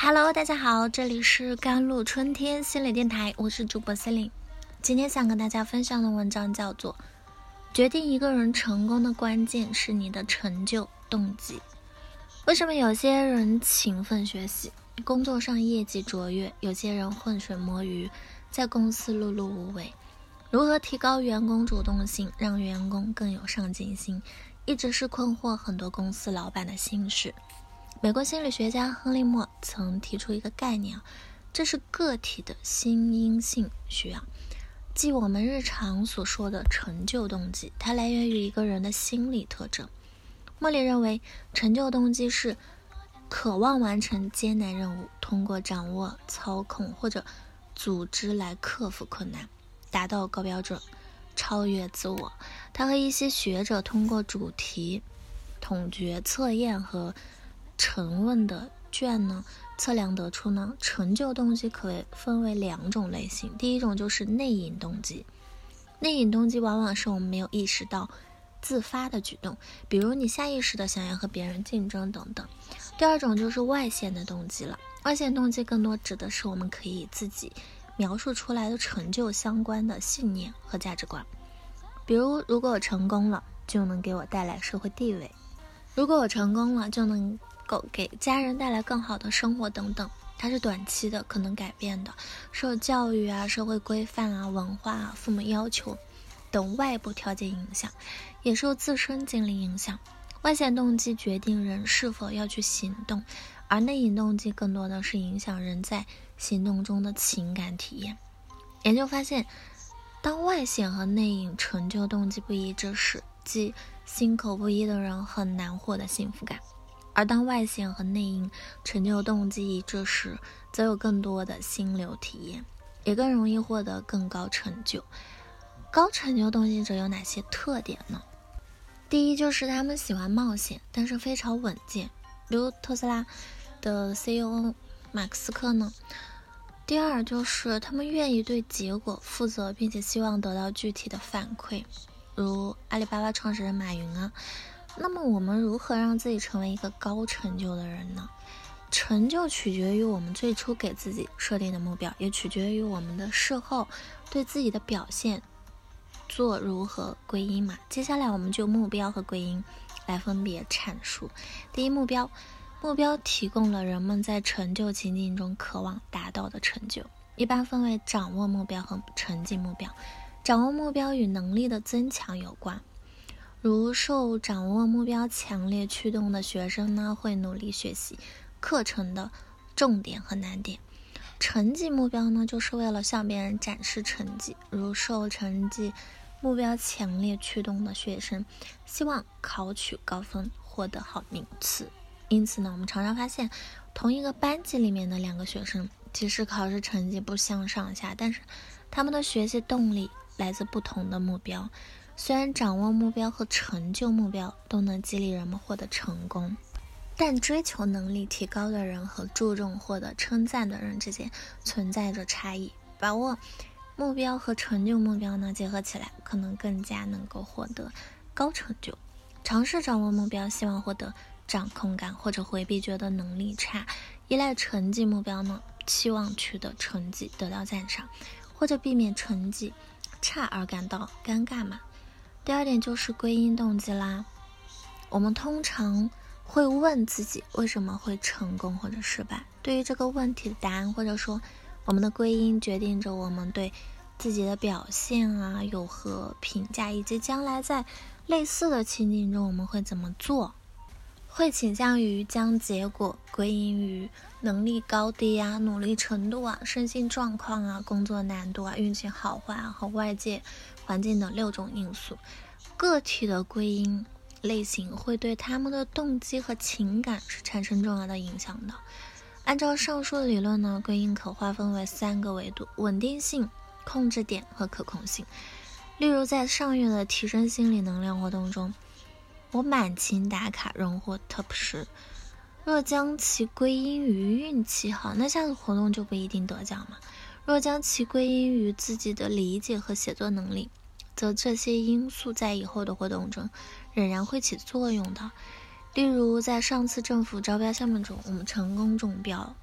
Hello， 大家好，这里是甘露春天心理电台，我是主播 Celine。今天想跟大家分享的文章叫做决定一个人成功的关键是你的成就动机。为什么有些人勤奋学习，工作上业绩卓越，有些人浑水摸鱼，在公司碌碌无为？如何提高员工主动性，让员工更有上进心，一直是困惑很多公司老板的心事。美国心理学家亨利·默曾提出一个概念，这是个体的心因性需要，即我们日常所说的成就动机，它来源于一个人的心理特征。莫里认为，成就动机是渴望完成艰难任务，通过掌握、操控或者组织来克服困难，达到高标准，超越自我。他和一些学者通过主题统计测验和晨问的卷测量得出成就动机可分为两种类型。第一种就是内隐动机，内隐动机往往是我们没有意识到自发的举动，比如你下意识的想要和别人竞争等等。第二种就是外显的动机了，外显动机更多指的是我们可以自己描述出来的成就相关的信念和价值观，比如如果我成功了就能给我带来社会地位，如果我成功了就能够给家人带来更好的生活等等。它是短期的，可能改变的，受教育社会规范文化父母要求等外部条件影响，也受自身经历影响。外显动机决定人是否要去行动，而内隐动机更多的是影响人在行动中的情感体验。研究发现，当外显和内隐成就动机不一致时，即心口不一的人很难获得幸福感，而当外显和内隐成就动机一致时，则有更多的心流体验，也更容易获得更高成就。高成就动机者有哪些特点呢？第一就是他们喜欢冒险，但是非常稳健，比如特斯拉的 CEO 马克思克呢。第二就是他们愿意对结果负责，并且希望得到具体的反馈，如阿里巴巴创始人马云那么我们如何让自己成为一个高成就的人呢？成就取决于我们最初给自己设定的目标，也取决于我们的事后对自己的表现做如何归因嘛。接下来我们就目标和归因来分别阐述。第一，目标提供了人们在成就情境中渴望达到的成就，一般分为掌握目标和成绩目标。掌握目标与能力的增强有关，如受掌握目标强烈驱动的学生会努力学习课程的重点和难点。成绩目标就是为了向别人展示成绩，如受成绩目标强烈驱动的学生希望考取高分，获得好名次。因此我们常常发现同一个班级里面的两个学生，即使考试成绩不相上下，但是他们的学习动力来自不同的目标。虽然掌握目标和成就目标都能激励人们获得成功，但追求能力提高的人和注重获得称赞的人之间存在着差异。把握目标和成就目标结合起来，可能更加能够获得高成就。尝试掌握目标，希望获得掌控感，或者回避觉得能力差；依赖成绩目标期望取得成绩得到赞赏，或者避免成绩差而感到尴尬嘛。第二点就是归因动机啦。我们通常会问自己为什么会成功或者失败，对于这个问题的答案或者说我们的归因决定着我们对自己的表现有何评价，以及将来在类似的情景中我们会怎么做。会倾向于将结果归因于能力高低努力程度身心状况工作难度运气好坏和外界环境等6种因素。个体的归因类型会对他们的动机和情感是产生重要的影响的。按照上述的理论归因可划分为3个维度：稳定性、控制点和可控性。例如在上月的提升心理能量活动中，我满勤打卡荣获 Top 10，若将其归因于运气好，那下次活动就不一定得奖嘛。若将其归因于自己的理解和写作能力，则这些因素在以后的活动中仍然会起作用的。例如在上次政府招标项目中，我们成功中标，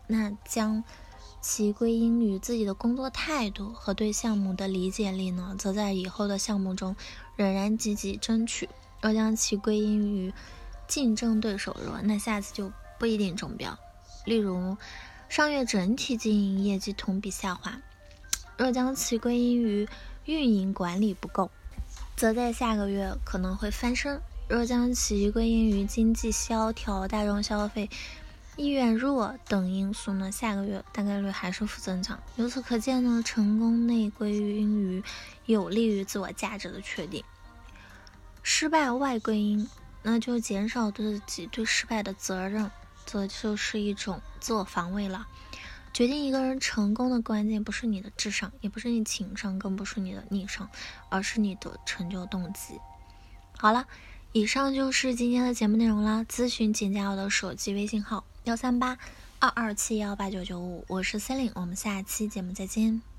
那将其归因于自己的工作态度和对项目的理解力呢，则在以后的项目中仍然积极争取；若将其归因于竞争对手弱，那下次就不一定中标。例如，上月整体经营业绩同比下滑，若将其归因于运营管理不够，则在下个月可能会翻身；若将其归因于经济萧条、大众消费意愿弱等因素呢，下个月大概率还是负增长。由此可见呢，成功内归因于有利于自我价值的确定，失败外归因，那就减少自己对失败的责任，这就是一种自我防卫了。决定一个人成功的关键不是你的智商，也不是你情商，更不是你的逆商，而是你的成就动机。好了，以上就是今天的节目内容啦。咨询请加我的手机微信号13822718995，我是Celine，我们下期节目再见。